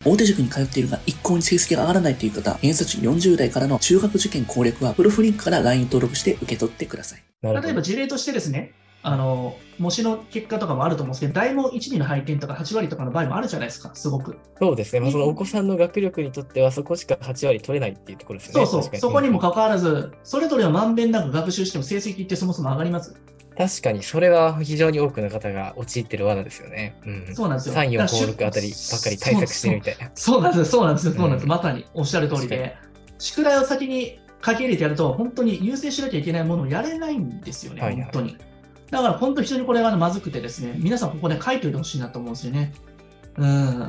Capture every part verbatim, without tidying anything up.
大手塾に通っているが一向に成績が上がらないという方、偏差値よんじゅう代からの中学受験攻略はプロフリンクから ライン 登録して受け取ってください。例えば事例としてですね、あの、模試の結果とかもあると思うんですけど、大問いち、にの配点とかはち割とかの場合もあるじゃないですか、すごく。 そうですね。まあ、そのお子さんの学力にとってはそこしかはち割取れないっていうところですよね。 そうそう。そこにもかかわらず、それぞれをまんべんなく学習しても成績ってそもそも上がります。 確かに、それは非常に多くの方が陥ってる罠ですよね。うん、 そうなんですよ。 さん、よん、ご、ろくあたりばっかり対策してるみたいな。 そうなんですよ、そうなんですよ、そうなんですよ。まさにおっしゃる通りで、宿題を先に書き入れてやると、本当に優先しなきゃいけないものをやれないんですよね、はいはい、本当に。だから本当に非常にこれがまずくてですね、皆さんここで書いておいてほしいなと思うんですよね。うん。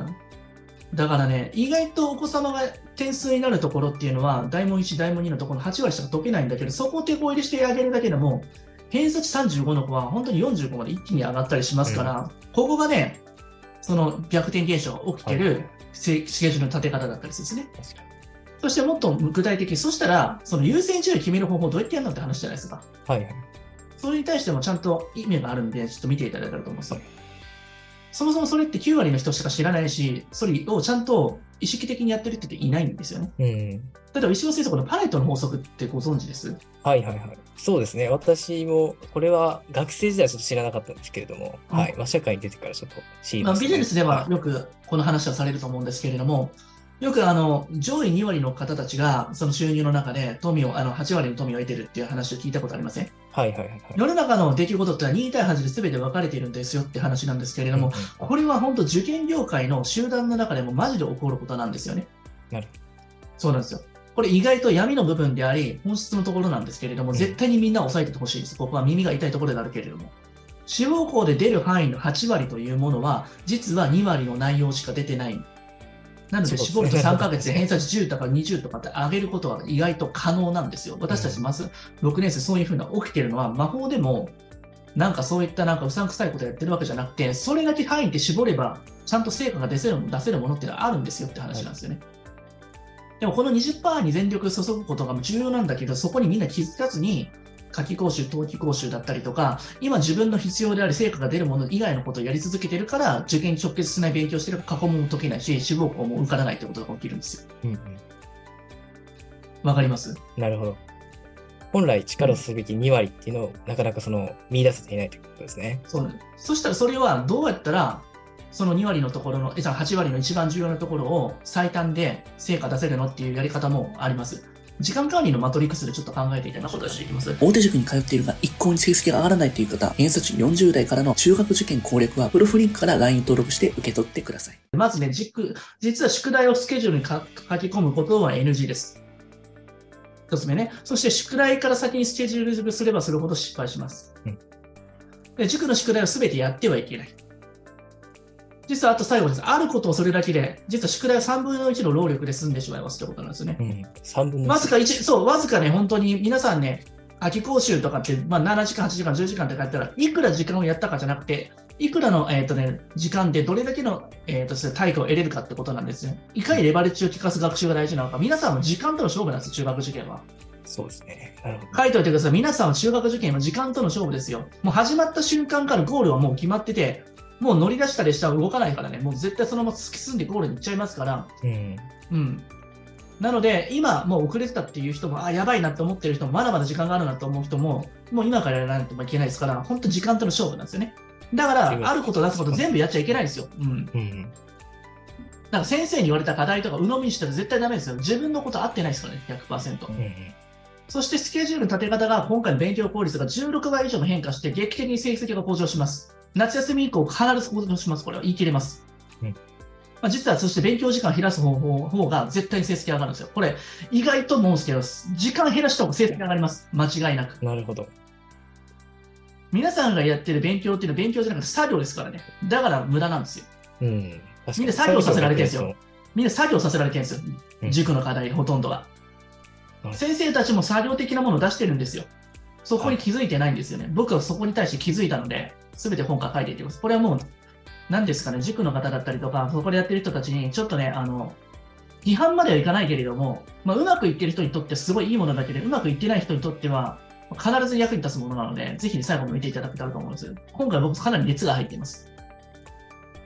だからね、意外とお子様が点数になるところっていうのは、大問いち、大問にのところのはち割しか解けないんだけど、そこを手こ入れしてあげるだけでも、偏差値さんじゅうごの子は本当によんじゅうごまで一気に上がったりしますから、うん、ここがね、その逆転現象が起きてるスケジュールの立て方だったりするんですね。そしてもっと具体的に、そしたら、その優先順位を決める方法をどうやってやるのって話じゃないですか。はい。それに対してもちゃんと意味があるんで、ちょっと見ていただけると思うんですよ。はい、そもそもそれってきゅう割の人しか知らないし、それをちゃんと意識的にやってるって言っていないんですよね。うん、例えば石尾先生、このパレットの法則ってご存知です？ はいはいはい。そうですね。私も、これは学生時代はちょっと知らなかったんですけれども、うん、はい。まあ、社会に出てからちょっと知りましたね。 まあ、ビジネスではよくこの話はされると思うんですけれども、よくあの上位に割の方たちがその収入の中で富をあのはち割の富を得ているっていう話を聞いたことありません？はいはいはい。世の中の出来事ってのはに対はちで全て分かれているんですよって話なんですけれども、うんうん、これは本当受験業界の集団の中でもマジで起こることなんですよね。なるほど。そうなんですよ。これ意外と闇の部分であり本質のところなんですけれども、絶対にみんな押さえててほしいです。ここは耳が痛いところであるけれども。志望校で出る範囲のはち割というものは実はに割の内容しか出てない。なので、絞るとさんかげつで偏差値じゅうとかにじゅうとかって上げることは意外と可能なんですよ。私たちまずろくねん生そういうふうな起きてるのは魔法でもなんかそういったなんかうさんくさいことやってるわけじゃなくて、それだけ範囲で絞ればちゃんと成果が出せる、出せるものっていうのはあるんですよって話なんですよね。はい、でもこの にじゅっパーセント に全力注ぐことが重要なんだけど、そこにみんな気づかずに夏季講習、冬季講習だったりとか、今自分の必要であり成果が出るもの以外のことをやり続けてるから、受験に直結しない勉強してる過去問も解けないし、志望校も受からないということが起きるんですよ。うんうん、わかります？ なるほど。本来力をすべきに割っていうのを、なかなかその見出せていないということですね。 そう。そしたらそれはどうやったら、そのに割のところの、はち割の一番重要なところを最短で成果出せるのっていうやり方もあります。時間管理のマトリックスでちょっと考えていただくことができます。大手塾に通っているが一向に成績が上がらないという方、偏差値よんじゅう代からの中学受験攻略はプロフリンクから ライン 登録して受け取ってください。まずね、実は宿題をスケジュールに書き込むことは エヌジー です。一つ目ね。そして宿題から先にスケジュールすればするほど失敗します。うん、で塾の宿題をすべてやってはいけない。実はあと最後です。あることをそれだけで、実は宿題はさんぶんのいちの労力で済んでしまいますということなんですよね。うん、さんぶんのいち。わずかいち、そう、わずかね、本当に皆さんね、夏季講習とかって、まあ、ななじかん、はちじかん、じゅうじかんって書いたら、いくら時間をやったかじゃなくて、いくらの、えーとね、時間でどれだけの、えーと、対価を得れるかってことなんですね。いかにレバレッジを効かす学習が大事なのか、皆さんの時間との勝負なんです、中学受験は。 そうですね。なるほど。 書いておいてください。皆さんは中学受験は時間との勝負ですよ。もう始まった瞬間からゴールはもう決まってて、もう乗り出した列車は動かないからね、もう絶対そのまま突き進んでゴールに行っちゃいますから。うん。うん。なので、今もう遅れてたっていう人も、あ、やばいなって思ってる人も、まだまだ時間があるなと思う人も、もう今からやらないといけないですから、本当時間との勝負なんですよね。だから、あること出すこと全部やっちゃいけないんですよ。うん。うん。だから先生に言われた課題とか鵜呑みにしたら絶対ダメですよ。自分のこと合ってないですからね、ひゃくパーセント。うんうん、そしてスケジュールの立て方が今回の勉強効率がじゅうろくばい以上も変化して劇的に成績が向上します。夏休み以降必ず向上します。これは言い切れます。うんまあ、実はそして勉強時間を減らす方法方が絶対に成績が上がるんですよ。これ意外と思うんですけど、時間減らした方が成績が上がります。間違いなく。 なるほど。 皆さんがやってる勉強っていうのは勉強じゃなくて作業ですからね。だから無駄なんですよ。うん、みんな作業させられてるんですよ。みんな作業させられてるんですよ。うん、塾の課題ほとんどが。先生たちも作業的なものを出してるんですよ。そこに気づいてないんですよね。僕はそこに対して気づいたので、すべて本から書いていきます。これはもう、何ですかね、塾の方だったりとか、そこでやってる人たちに、ちょっとね、あの、批判まではいかないけれども、まあ、うまくいってる人にとってすごいいいものだけで、うまくいってない人にとっては、必ず役に立つものなので、ぜひ最後まで見ていただけたらと思うんです。今回僕かなり熱が入っています。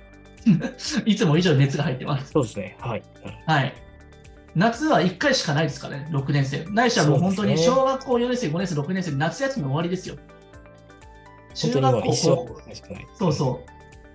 いつも以上に熱が入ってます。 そうですね。はい。 はい。夏はいっかいしかないですからね、ろくねん生。ないしはもう本当に小学校よねん生、ごねん生、ろくねん生、夏休み終わりですよ。 中学校、 そうそう。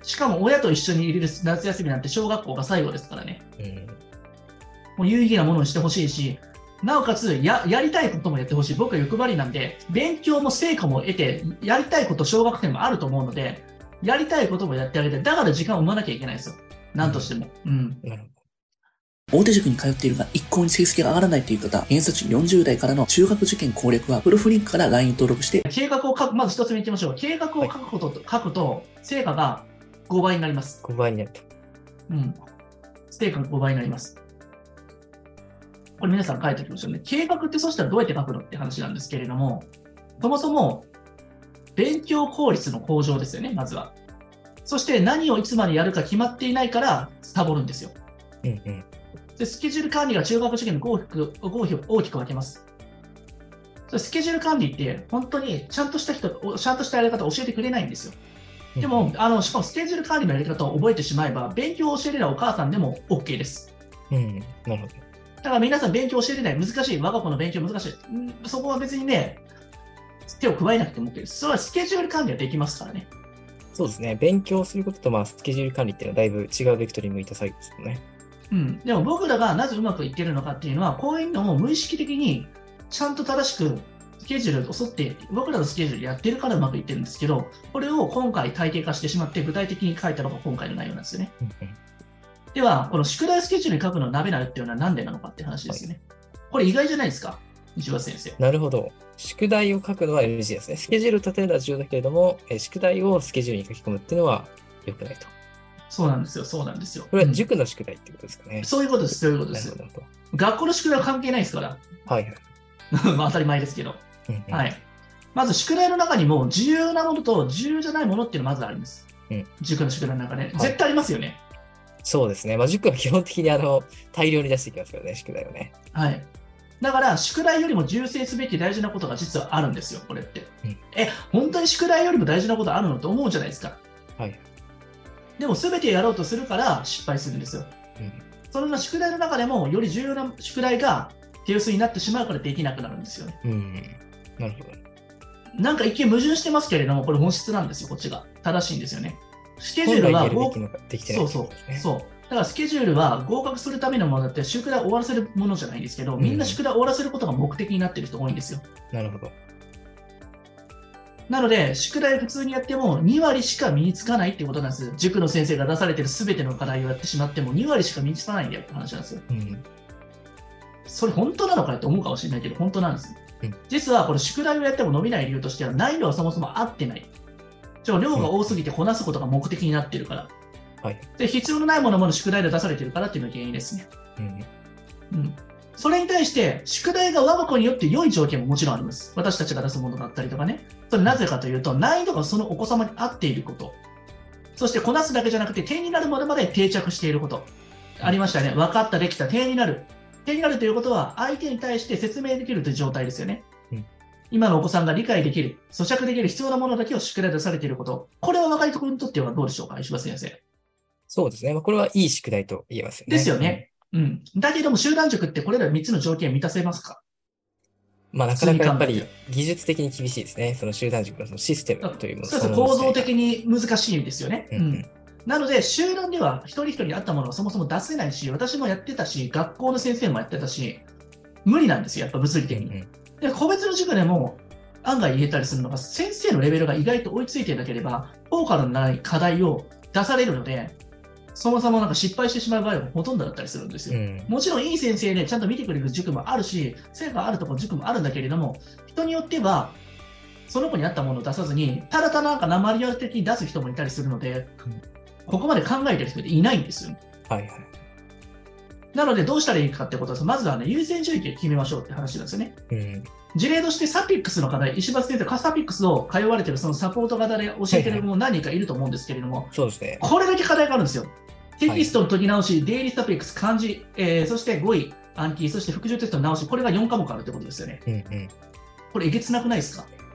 しかも親と一緒に入れる夏休みなんて小学校が最後ですからね。うん、もう有意義なものにしてほしいし、なおかつや、やりたいこともやってほしい。僕は欲張りなんで、勉強も成果も得て、やりたいこと小学生もあると思うので、やりたいこともやってあげて、だから時間を生まなきゃいけないですよ。なんとしても。うん。うん、 大手塾に通っているが一向に成績が上がらないという方、偏差値よんじゅう代からの中学受験攻略は、プロフリンクから ライン 登録して、 計画を書く、まず一つ目言ってみましょう。計画を書くことと、はい、書くと、成果がごばいになります。 ごばいになると。 うん。成果がごばいになります。これ皆さん書いておきましょうね。計画ってそしたらどうやって書くのって話なんですけれども、そもそも勉強効率の向上ですよね、まずは。そして何をいつまでやるか決まっていないからサボるんですよ。うんうん、でスケジュール管理が中学受験の合否大きく分けます。スケジュール管理って本当にちゃんとした人、ちゃんとしたやり方を教えてくれないんですよ。でも、あのしかもスケジュール管理のやり方を覚えてしまえば、勉強を教えれないお母さんでも OK です。 うん、なるほど。 だから皆さん勉強教えれない、難しい、我が子の勉強難しい。そこは別にね、手を加えなくても OK です。それはスケジュール管理はできますからね。 そうですね。勉強することと、まあ、スケジュール管理っていうのはだいぶ違うベクトルに向いた作業ですよね。 うん。でも僕らがなぜうまくいってるのかっていうのは、こういうのを無意識的にちゃんと正しくスケジュールを沿って、僕らのスケジュールやってるからうまくいってるんですけど、これを今回体系化してしまって具体的に書いたのが今回の内容なんですよね。うんうん、では、この宿題スケジュールに書くのをダメなるっていうのは何でなのかっていう話ですよね。はい、これ意外じゃないですか、石橋先生。 なるほど。宿題を書くのは エヌジー ですね。スケジュールを立てるのは重要だけれども、え宿題をスケジュールに書き込むっていうのは良くないと。 そうなんですよ、そうなんですよ。 これは塾の宿題ってことですかね。 うん、そういうことです、そういうことです。学校の宿題は関係ないですから。 はいはい。 まあ当たり前ですけど。うんうん、はい。まず宿題の中にも重要なものと重要じゃないものっていうのがまずあります。うん、塾の宿題の中で、ね。絶対ありますよね。はい、 そうですね。まあ、塾は基本的にあの大量に出していきますからね、宿題をね。 はい。だから、宿題よりも重視すべき大事なことが実はあるんですよ、これって。うん、え、本当に宿題よりも大事なことあるのって思うじゃないですか。はい。でも、すべてやろうとするから失敗するんですよ。うん、そんな宿題の中でも、より重要な宿題が手薄になってしまうからできなくなるんですよね。うん。なるほど。なんか一見矛盾してますけれども、これ本質なんですよ、こっちが。正しいんですよね。スケジュールは合格、そうそう、そう。だからスケジュールは合格するためのものだって、宿題を終わらせるものじゃないんですけど、みんな宿題を終わらせることが目的になっている人多いんですよ。 なるほど。 なので、宿題を普通にやってもに割しか身につかないっていうことなんですよ。塾の先生が出されているすべての課題をやってしまってもに割しか身につかないんだよって話なんですよ。うん、それ本当なのかって思うかもしれないけど、本当なんです。うん、実はこれ宿題をやっても伸びない理由としては、難易度はそもそも合ってない。量が多すぎてこなすことが目的になっているから。はい、で必要のないものも宿題で出されているからっていうのが原因ですね。うんうん、それに対して、宿題が我が子によって良い条件ももちろんあります。私たちが出すものだったりとかね。それなぜかというと、難易度がそのお子様に合っていること。そしてこなすだけじゃなくて、点になるものまで定着していること。ありましたね。分かった、できた、点になる。点になるということは、相手に対して説明できるという状態ですよね。今のお子さんが理解できる、咀嚼できる必要なものだけを宿題出されていること。これは若いところにとってはどうでしょうか、石橋先生。 そうですね。これはいい宿題と言えますよね。 ですよね。うん。だけども、集団塾ってこれらみっつの条件満たせますか？ まあ、なかなかやっぱり技術的に厳しいですね。その集団塾のそのシステムというもの。 そうです。構造的に難しいんですよね。うん、うん。なので、集団では一人一人に合ったものはそもそも出せないし、私もやってたし、学校の先生もやってたし、無理なんですよ、やっぱ物理的に。うんうん、で、個別の塾でも、案外言えたりするのが、先生のレベルが意外と追いついていなければ、効果のない課題を出されるので、そもそもなんか失敗してしまう場合はほとんどだったりするんですよ。うん、もちろんいい先生でちゃんと見てくれる塾もあるし、成果あるところ塾もあるんだけれども、人によっては、その子に合ったものを出さずに、ただただなんか鉛り的に出す人もいたりするので、うん、ここまで考えてる人っていないんですよ。はいはい。なので、どうしたらいいかってことです。まずはね、優先順位を決めましょうって話なんですよね。うん、事例としてサピックスの課題、石橋先生、サピックスを通われているそのサポート型で教えているも何人かいると思うんですけれども、はいはい、 そうですね、 これだけ課題があるんですよ。テキストの解き直し、はい、デイリーサピックス、漢字、えー、そして語彙、暗記、そして復習テストの直し、これがよん科目あるってことですよね。うんうん、これ、えげつなくないですか？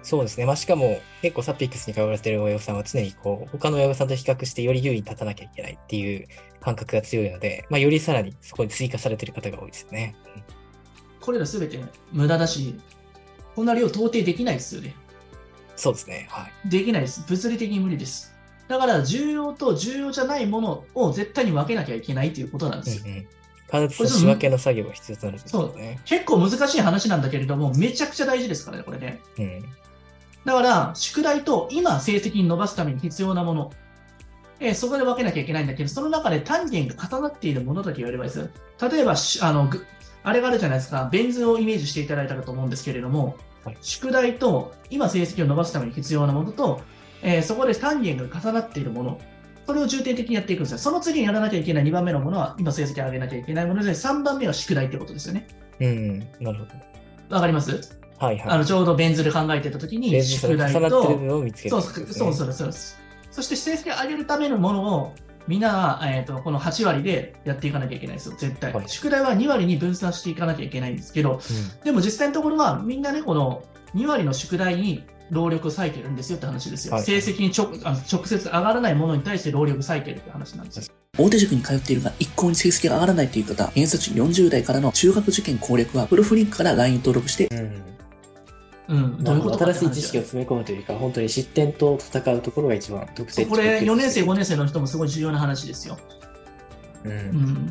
そうですね。まあ、しかも、結構サピックスに通われている親御さんは常にこう、他の親御さんと比較してより優位に立たなきゃいけないっていう感覚が強いので、まあ、よりさらにそこに追加されている方が多いですよね。うん、 これらすべて無駄だし、こんな量到底できないですよね。 そうですね。はい。 できないです。物理的に無理です。だから、重要と重要じゃないものを絶対に分けなきゃいけないということなんですよ。うんうん、 必ず仕分けの作業が必要となるんですよね。 そう。結構難しい話なんだけれども、めちゃくちゃ大事ですからね、これね。 うん、 だから、宿題と今成績に伸ばすために必要なもの、えー、そこで分けなきゃいけないんだけど、その中で単元が重なっているものだけ言われればいいです。例えば、あの、あれがあるじゃないですか、ベン図をイメージしていただいたかと思うんですけれども、はい、宿題と今成績を伸ばすために必要なものと、えー、そこで単元が重なっているもの、それを重点的にやっていくんですよ。その次にやらなきゃいけないにばんめのものは、今成績を上げなきゃいけないもので、さんばんめは宿題ってことですよね。 うん、なるほど。わかります？ はいはい。 あのちょうどベン図で考えてたときに、宿題と、そうそうそうそう。そして成績を上げるためのものを、みんな、えーと、このはち割でやっていかなきゃいけないですよ、絶対。はい、宿題はに割に分散していかなきゃいけないんですけど、うん、でも実際のところは、みんなね、このに割の宿題に労力を割いてるんですよって話ですよ。はい、成績にちょあの直接上がらないものに対して労力を割いてるって話なんですよ。 大手塾に通っているが一向に成績が上がらないという方、偏差値よんじゅう代からの中学受験攻略は、プロフリンクから ライン 登録して、 うん、うん、どういうことか新しい知識を詰め込むというか、本当に失点と戦うところが一番特徴的。 これ、よねん生、ごねん生の人もすごい重要な話ですよ。うんうん、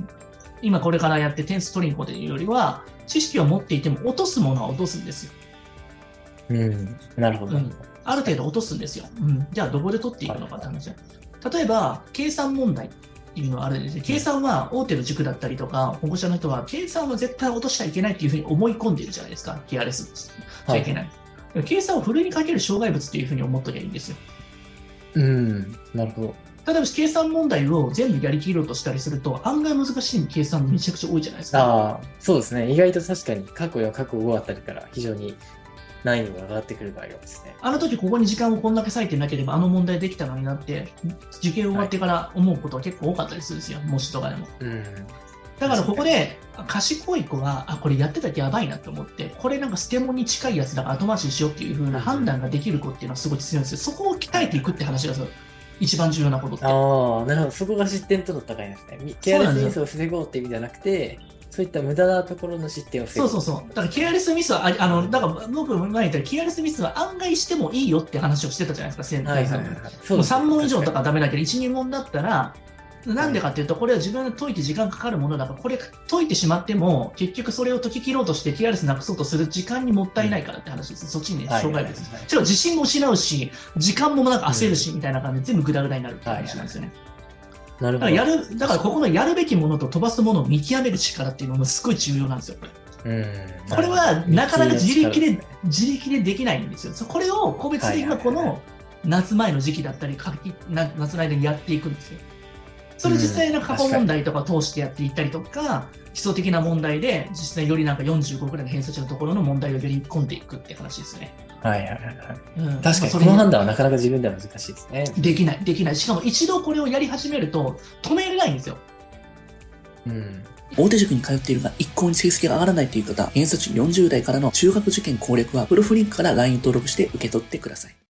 今これからやって点数取りに行こうというよりは、知識を持っていても落とすものは落とすんですよ。 うん、なるほど、うん。 ある程度落とすんですよ。うん、じゃあどこで取っていくのかって話。はい、例えば、計算問題っていうのはあるんですね。計算は大手の塾だったりとか、保護者の人は、計算は絶対落としちゃいけないっていうふうに思い込んでいるじゃないですか。ケアレスしちゃいけない。はい、計算をふるいにかける障害物っていうふうに思っときゃいいんですよ。 うん、なるほど。 例えば計算問題を全部やりきろうとしたりすると、案外難しい計算めちゃくちゃ多いじゃないですか。 ああ、そうですね。意外と確かに過去や過去ごあたりから非常に難易度が上がってくる場合がですね。 あの時ここに時間をこんだけ割いてなければあの問題できたのになって、受験終わってから思うことは結構多かったりするんですよ、模試とかでも。うん、だからここで賢い子は、あ、これやってたらやばいなと思って、これなんかステモンに近いやつだから後回しにしようっていう風な判断ができる子っていうのはすごい強いんですよ。そこを鍛えていくって話が一番重要なことって。 ああ、なるほど。そこが失点との高いですね。ケアレスミスを防ごうっていう意味じゃなくて、そういった無駄なところの失点を防ぐ。 そうそうそう。だからケアレスミスは、あの、だから僕前言ったら、ケアレスミスは案外してもいいよって話をしてたじゃないですか、先輩さん。もうさん問以上とかダメだけど、いち、に問だったら、なんでかっていうと、これは自分で解いて時間かかるものだから、これ解いてしまっても、結局それを解き切ろうとして、ケアレスなくそうとする時間にもったいないからって話です。そっちにね、障害物。ちょっと自信も失うし、時間もなんか焦るし、みたいな感じで全部グダグダになるって話なんですよね。なるほど。だからやる、だからここのやるべきものと飛ばすものを見極める力っていうのもすごい重要なんですよ、これ。うん、これはなかなか自力で、自力でできないんですよ。これを個別的なこの夏前の時期だったり、夏の間にやっていくんですよ。それ実際の過去問題とか通してやっていったりとか、基礎的な問題で実際よりなんかよんじゅうごくらいの偏差値のところの問題をやり込んでいくって話ですね。 はいはいはい、うん、確かにこの判断はなかなか自分では難しいですね。 できない、できない。しかも一度これをやり始めると止めれないんですよ。 うん、大手塾に通っているが一向に成績が上がらないという方、偏差値よんじゅう代からの中学受験攻略はプロフリンクから ライン 登録して受け取ってください。